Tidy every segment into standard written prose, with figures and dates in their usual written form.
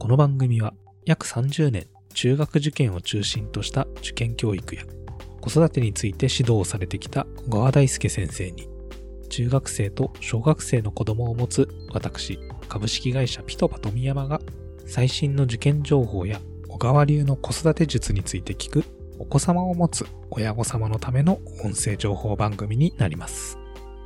この番組は約30年中学受験を中心とした受験教育や子育てについて指導をされてきた小川大輔先生に、中学生と小学生の子供を持つ私、株式会社ピトパ富山が最新の受験情報や小川流の子育て術について聞くお子様を持つ親御様のための音声情報番組になります。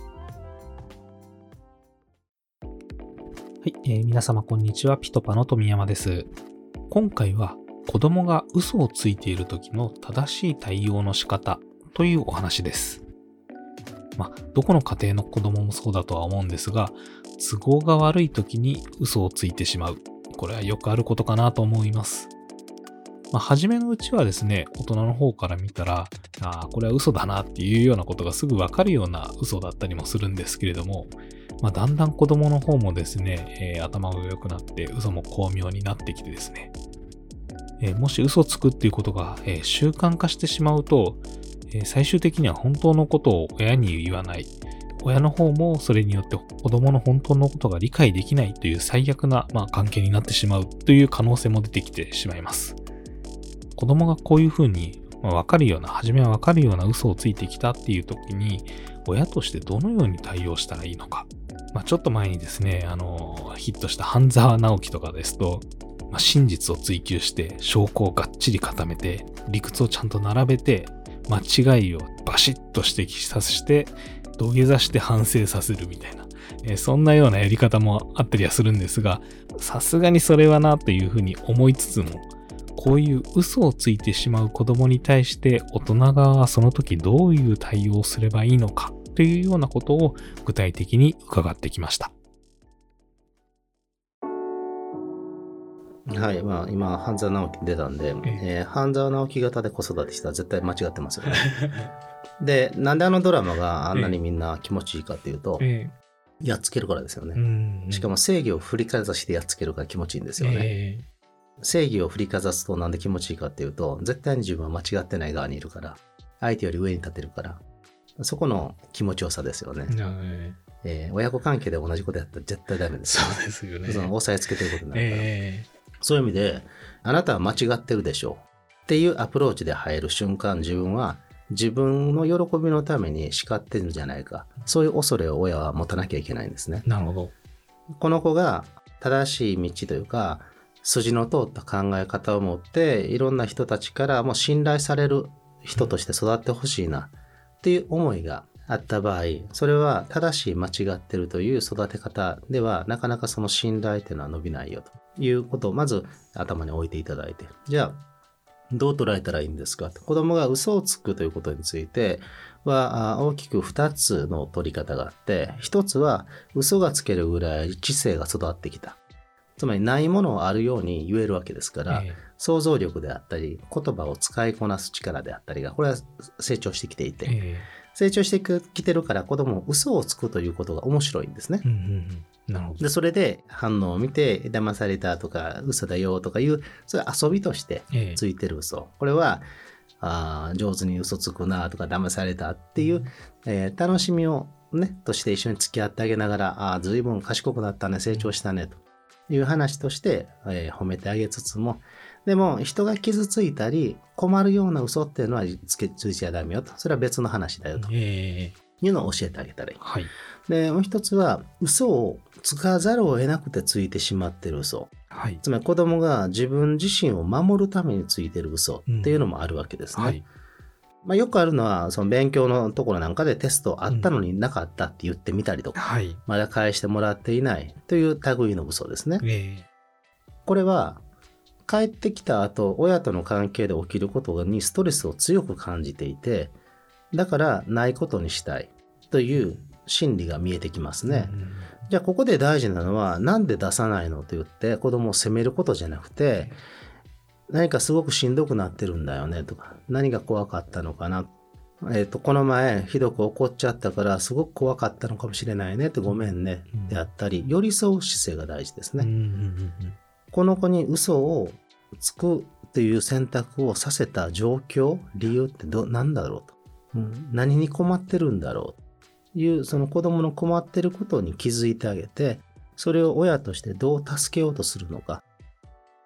はい、皆様こんにちは。ピトパの富山です。今回は子供が嘘をついている時の正しい対応の仕方というお話です。どこの家庭の子供もそうだとは思うんですが、都合が悪い時に嘘をついてしまう。これはよくあることかなと思います。初めのうちはですね、大人の方から見たら、これは嘘だなっていうようなことがすぐわかるような嘘だったりもするんですけれども、だんだん子供の方もですね、頭が良くなって嘘も巧妙になってきてですね、もし嘘をつくっていうことが、習慣化してしまうと、最終的には本当のことを親に言わない。親の方もそれによって子供の本当のことが理解できないという最悪な、関係になってしまうという可能性も出てきてしまいます。子供がこういうふうに、初めはわかるような嘘をついてきたっていう時に、親としてどのように対応したらいいのか。ちょっと前にですね、ヒットした半沢直樹とかですと、真実を追求して証拠をがっちり固めて、理屈をちゃんと並べて、間違いをバシッと指摘させて、土下座して反省させるみたいな、そんなようなやり方もあったりはするんですが、さすがにそれはなというふうに思いつつも、こういう嘘をついてしまう子供に対して大人側はその時どういう対応をすればいいのかというようなことを具体的に伺ってきました。 はい、今半沢直樹出たんで、半沢直樹型で子育てしたら絶対間違ってますよね。で、なんであのドラマがあんなにみんな気持ちいいかっていうと、やっつけるからですよね。しかも正義を振りかざしてやっつけるから気持ちいいんですよね。正義を振りかざすとなんで気持ちいいかっていうと、絶対に自分は間違ってない側にいるから、相手より上に立てるから、そこの気持ちよさですよね。親子関係で同じことやったら絶対ダメですよね。 そうですよね。 その押さえつけてることになるから。そういう意味で、あなたは間違ってるでしょうっていうアプローチで入る瞬間、自分は自分の喜びのために叱ってるんじゃないか。そういう恐れを親は持たなきゃいけないんですね。 なるほど。 この子が正しい道というか、筋の通った考え方を持って、いろんな人たちからも信頼される人として育ってほしいなっていう思いがあった場合、それは正しい間違ってるという育て方ではなかなかその信頼っていうのは伸びないよということをまず頭に置いていただいて、じゃあどう捉えたらいいんですかと。子供が嘘をつくということについては大きく2つの取り方があって、1つは嘘がつけるぐらい知性が育ってきた。つまりないものをあるように言えるわけですから、想像力であったり言葉を使いこなす力であったりがこれは成長してきていて、成長してきてるから子供も嘘をつくということが面白いんですね。 なるほど。 でそれで反応を見て騙されたとか嘘だよとかいうそういう遊びとしてついてる嘘、これは上手に嘘つくなとか騙されたっていう、楽しみをねとして一緒に付き合ってあげながら随分賢くなったね成長したねという話として、褒めてあげつつも、でも人が傷ついたり困るような嘘っていうのはついちゃダメよと、それは別の話だよというのを教えてあげたらいい。でもう一つは嘘をつかざるを得なくてついてしまっている嘘、つまり子供が自分自身を守るためについている嘘っていうのもあるわけですね。よくあるのはその勉強のところなんかでテストあったのになかったって言ってみたりとか、まだ返してもらっていないという類の嘘ですね。これは帰ってきた後親との関係で起きることにストレスを強く感じていて、だからないことにしたいという心理が見えてきますね。じゃあここで大事なのはなんで出さないのと言って子供を責めることじゃなくて、何かすごくしんどくなってるんだよねとか、何が怖かったのかな、この前ひどく怒っちゃったからすごく怖かったのかもしれないねってごめんねであったり、寄り添う姿勢が大事ですね。この子に嘘をつくという選択をさせた状況、理由って何だろうと、何に困ってるんだろうという、その子供の困ってることに気づいてあげて、それを親としてどう助けようとするのか、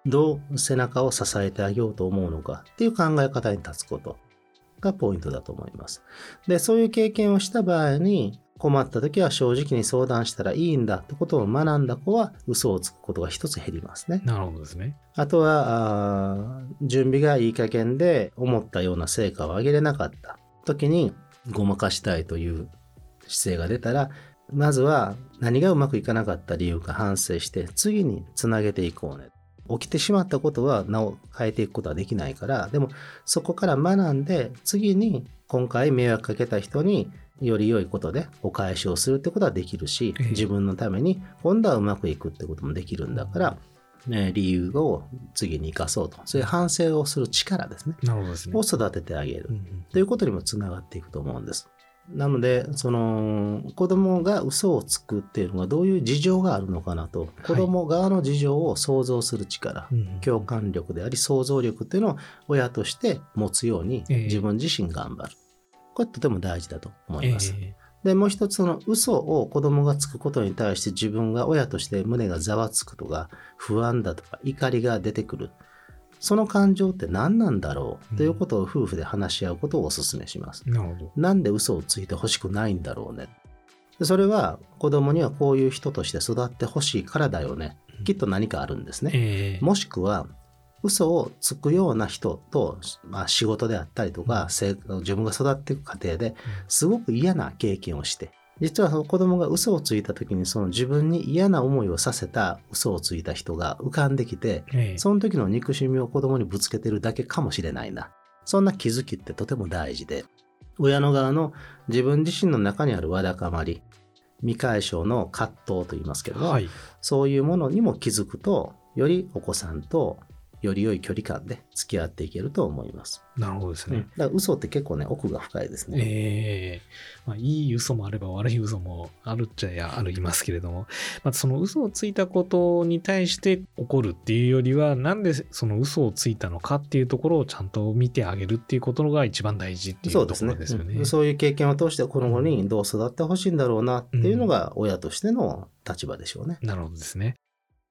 どう背中を支えてあげようと思うのかっていう考え方に立つことがポイントだと思います。で、そういう経験をした場合に、困った時は正直に相談したらいいんだってことを学んだ子は嘘をつくことが一つ減りますね。 なるほどですね。 あとは準備がいい加減で思ったような成果を上げれなかった時にごまかしたいという姿勢が出たら、まずは何がうまくいかなかった理由か反省して次につなげていこうね。起きてしまったことはなお変えていくことはできないから、でもそこから学んで次に今回迷惑かけた人により良いことでお返しをするってことはできるし、自分のために今度はうまくいくってこともできるんだから、理由を次に生かそうと、そういう反省をする力ですね。 なるほどですね。 を育ててあげるということにもつながっていくと思うんです。なので、子供が嘘をつくっていうのがどういう事情があるのかなと、子供側の事情を想像する力、共感力であり想像力っていうのを親として持つように自分自身頑張る。これとても大事だと思います。で、もう一つ嘘を子供がつくことに対して自分が親として胸がざわつくとか不安だとか怒りが出てくる。その感情って何なんだろうということを夫婦で話し合うことをお勧めします。 なるほど。 なんで嘘をついてほしくないんだろうね。それは子供にはこういう人として育ってほしいからだよね。きっと何かあるんですね。もしくは嘘をつくような人と、仕事であったりとか、自分が育っていく過程ですごく嫌な経験をして、実はその子供が嘘をついた時にその自分に嫌な思いをさせた嘘をついた人が浮かんできて、その時の憎しみを子供にぶつけてるだけかもしれないな。そんな気づきってとても大事で、親の側の自分自身の中にあるわだかまり、未解消の葛藤と言いますけども、そういうものにも気づくと、よりお子さんとより良い距離感で付き合っていけると思います。 なるほどですね。 だから嘘って結構ね、奥が深いですね。 いい嘘もあれば悪い嘘もあるっちゃありますけれども、その嘘をついたことに対して怒るっていうよりは、なんでその嘘をついたのかっていうところをちゃんと見てあげるっていうことが一番大事っていうところですよね。 そういう経験を通してこの後にどう育ってほしいんだろうなっていうのが親としての立場でしょうね。 なるほどですね。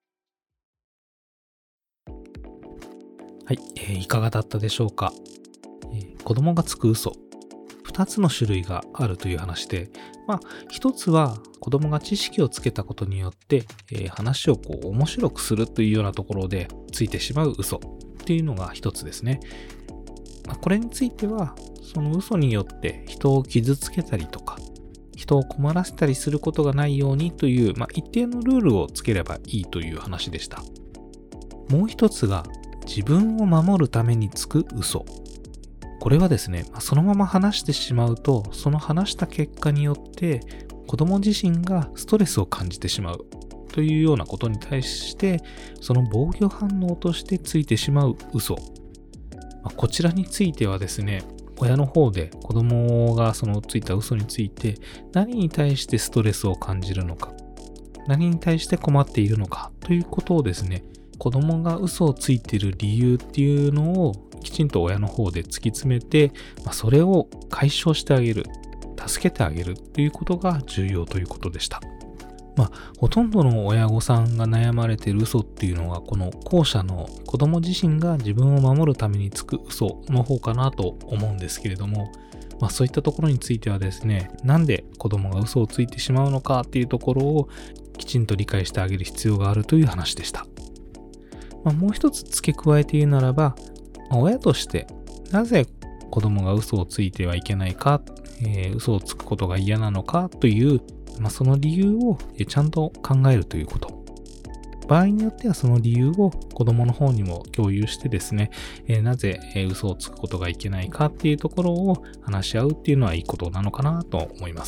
はい、いかがだったでしょうか。子供がつく嘘、2つの種類があるという話で、一つは子供が知識をつけたことによって、話を面白くするというようなところでついてしまう嘘っていうのが一つですね。これについてはその嘘によって人を傷つけたりとか人を困らせたりすることがないようにという、一定のルールをつければいいという話でした。もう一つが自分を守るためにつく嘘。これはですね、そのまま話してしまうと、その話した結果によって子供自身がストレスを感じてしまうというようなことに対して、その防御反応としてついてしまう嘘。こちらについてはですね、親の方で子供がそのついた嘘について何に対してストレスを感じるのか、何に対して困っているのかということをですね、子供が嘘をついている理由っていうのをきちんと親の方で突き詰めて、それを解消してあげる、助けてあげるということが重要ということでした。ほとんどの親御さんが悩まれている嘘っていうのは、この後者の子供自身が自分を守るためにつく嘘の方かなと思うんですけれども、そういったところについてはですね、なんで子供が嘘をついてしまうのかっていうところをきちんと理解してあげる必要があるという話でした。もう一つ付け加えて言うならば、親としてなぜ子供が嘘をついてはいけないか、嘘をつくことが嫌なのかという、その理由をちゃんと考えるということ。場合によってはその理由を子供の方にも共有してですね、なぜ嘘をつくことがいけないかっていうところを話し合うっていうのはいいことなのかなと思います。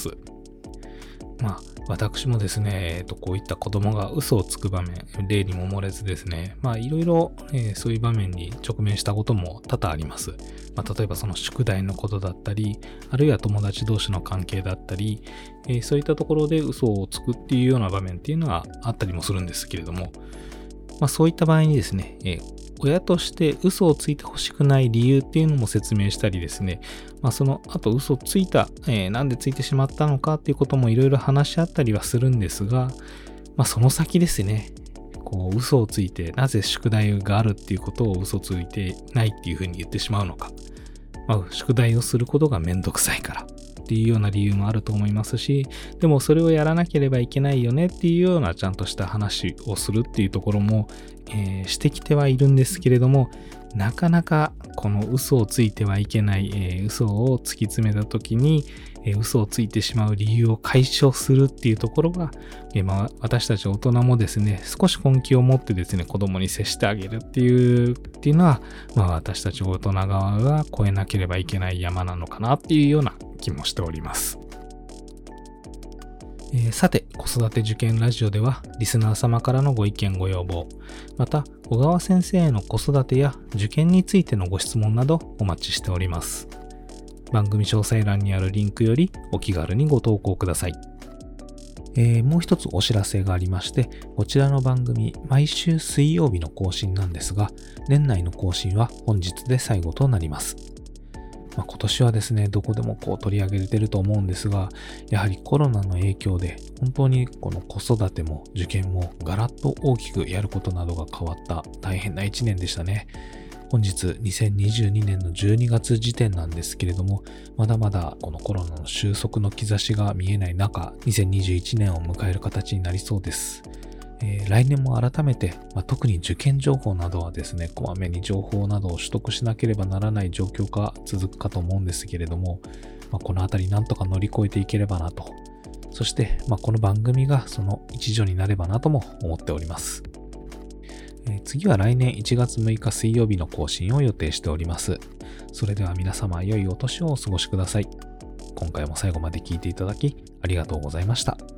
私もですね、こういった子供が嘘をつく場面、例にも漏れずですね、いろいろそういう場面に直面したことも多々あります。例えばその宿題のことだったり、あるいは友達同士の関係だったり、そういったところで嘘をつくっていうような場面っていうのがあったりもするんですけれども、そういった場合にですね、親として嘘をついてほしくない理由っていうのも説明したりですね、その後嘘ついた、なんでついてしまったのかっていうこともいろいろ話し合ったりはするんですが、その先ですね、 嘘をついて、なぜ宿題があるっていうことを嘘ついてないっていうふうに言ってしまうのか。宿題をすることがめんどくさいからっていうような理由もあると思いますし、でもそれをやらなければいけないよねっていうようなちゃんとした話をするっていうところも、してきてはいるんですけれども、なかなかこの嘘をついてはいけない、嘘を突き詰めた時に、嘘をついてしまう理由を解消するっていうところが、私たち大人もですね、少し根気を持ってですね、子供に接してあげるっていうのは、私たち大人側が越えなければいけない山なのかなっていうような気もしております。さて、子育て受験ラジオではリスナー様からのご意見ご要望、また小川先生への子育てや受験についてのご質問などお待ちしております。番組詳細欄にあるリンクよりお気軽にご投稿ください。もう一つお知らせがありまして、こちらの番組毎週水曜日の更新なんですが、年内の更新は本日で最後となります。今年はですね、どこでも取り上げてると思うんですが、やはりコロナの影響で本当にこの子育ても受験もガラッと大きくやることなどが変わった大変な1年でしたね。本日2022年の12月時点なんですけれども、まだまだこのコロナの収束の兆しが見えない中、2021年を迎える形になりそうです。来年も改めて、特に受験情報などはですね、こまめに情報などを取得しなければならない状況が続くかと思うんですけれども、このあたりなんとか乗り越えていければなと。そして、この番組がその一助になればなとも思っております。次は来年1月6日水曜日の更新を予定しております。それでは皆様良いお年をお過ごしください。今回も最後まで聞いていただきありがとうございました。